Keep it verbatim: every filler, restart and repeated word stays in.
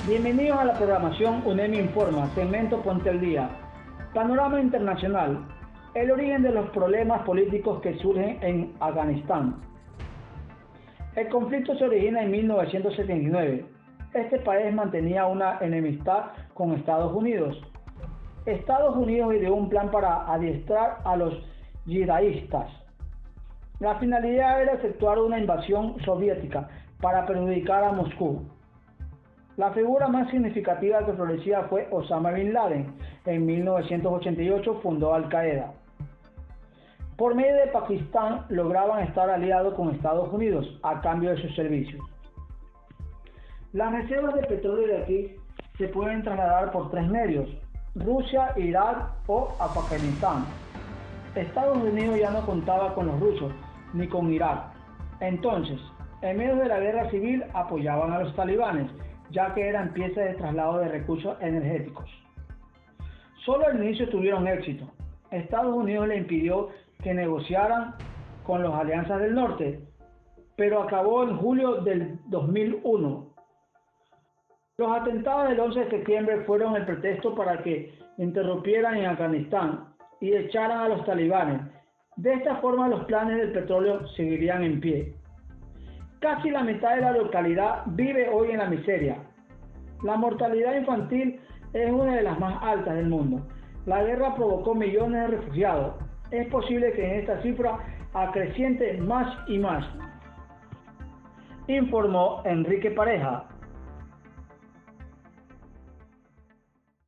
Bienvenidos a la programación UNEMI Informa, segmento Ponte al Día. Panorama internacional. El origen de los problemas políticos que surgen en Afganistán. El conflicto se origina en mil novecientos setenta y nueve. Este país mantenía una enemistad con Estados Unidos. Estados Unidos ideó un plan para adiestrar a los yihadistas. La finalidad era efectuar una invasión soviética para perjudicar a Moscú. La figura más significativa que florecía fue Osama Bin Laden. En mil novecientos ochenta y ocho fundó Al Qaeda. Por medio de Pakistán lograban estar aliados con Estados Unidos a cambio de sus servicios. Las reservas de petróleo de aquí se pueden trasladar por tres medios: Rusia, Irak o Afganistán. Estados Unidos ya no contaba con los rusos ni con Irak. Entonces, en medio de la guerra civil apoyaban a los talibanes, ya que eran piezas de traslado de recursos energéticos. Solo al inicio tuvieron éxito. Estados Unidos le impidió que negociaran con las alianzas del norte, pero acabó en julio del dos mil uno. Los atentados del once de septiembre fueron el pretexto para que interrumpieran en Afganistán y echaran a los talibanes. De esta forma los planes del petróleo seguirían en pie. Casi la mitad de la localidad vive hoy en la miseria. La mortalidad infantil es una de las más altas del mundo. La guerra provocó millones de refugiados. Es posible que en esta cifra acreciente más y más, informó Enrique Pareja.